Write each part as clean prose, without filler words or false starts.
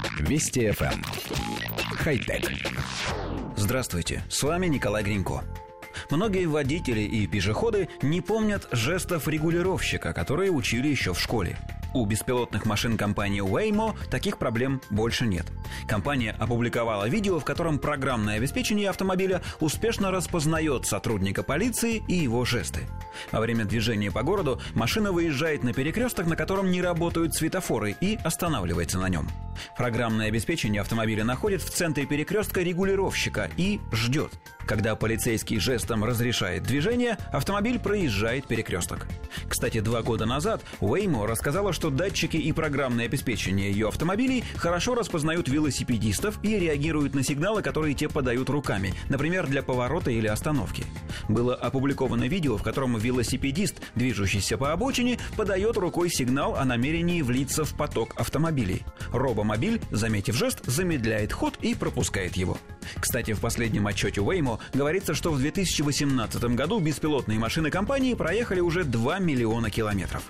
Вести ФМ. Хай-тек. Здравствуйте, с вами Николай Гринько. Многие водители и пешеходы не помнят жестов регулировщика, которые учили еще в школе. У беспилотных машин компании Waymo таких проблем больше нет. Компания опубликовала видео, в котором программное обеспечение автомобиля успешно распознает сотрудника полиции и его жесты. Во время движения по городу машина выезжает на перекресток, на котором не работают светофоры, и останавливается на нем. Программное обеспечение автомобиля находит в центре перекрестка регулировщика и ждет. Когда полицейский жестом разрешает движение, автомобиль проезжает перекресток. Кстати, 2 года назад Waymo рассказала, что датчики и программное обеспечение ее автомобилей хорошо распознают велосипедистов и реагируют на сигналы, которые те подают руками, например, для поворота или остановки. Было опубликовано видео, в котором велосипедист, движущийся по обочине, подает рукой сигнал о намерении влиться в поток автомобилей. Робомобиль, заметив жест, замедляет ход и пропускает его. Кстати, в последнем отчете Waymo говорится, что в 2018 году беспилотные машины компании проехали уже 2 миллиона километров.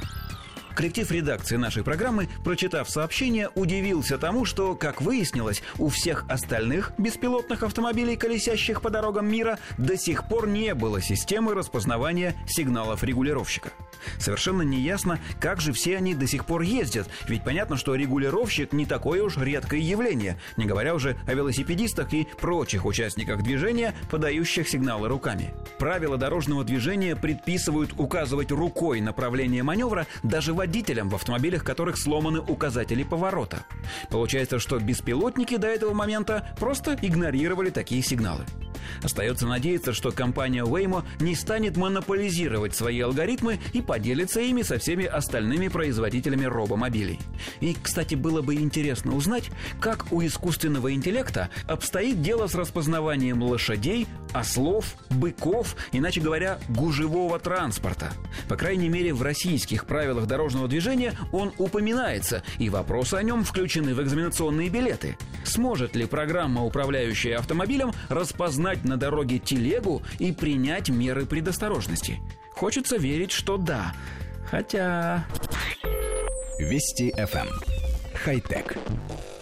Коллектив редакции нашей программы, прочитав сообщение, удивился тому, что, как выяснилось, у всех остальных беспилотных автомобилей, колесящих по дорогам мира, до сих пор не было системы распознавания сигналов регулировщика. Совершенно неясно, как же все они до сих пор ездят, ведь понятно, что регулировщик не такое уж редкое явление, не говоря уже о велосипедистах и прочих участниках движения, подающих сигналы руками. Правила дорожного движения предписывают указывать рукой направление маневра даже водителям в автомобилях, которых сломаны указатели поворота. Получается, что беспилотники до этого момента просто игнорировали такие сигналы. Остается надеяться, что компания Waymo не станет монополизировать свои алгоритмы и поделится ими со всеми остальными производителями робомобилей. И, кстати, было бы интересно узнать, как у искусственного интеллекта обстоит дело с распознаванием лошадей, ослов, быков, иначе говоря, гужевого транспорта. По крайней мере, в российских правилах дорожного движения он упоминается, и вопросы о нем включены в экзаменационные билеты. Сможет ли программа, управляющая автомобилем, распознать на дороге телегу и принять меры предосторожности? Хочется верить, что да. Хотя... Вести ФМ. Хай-тек.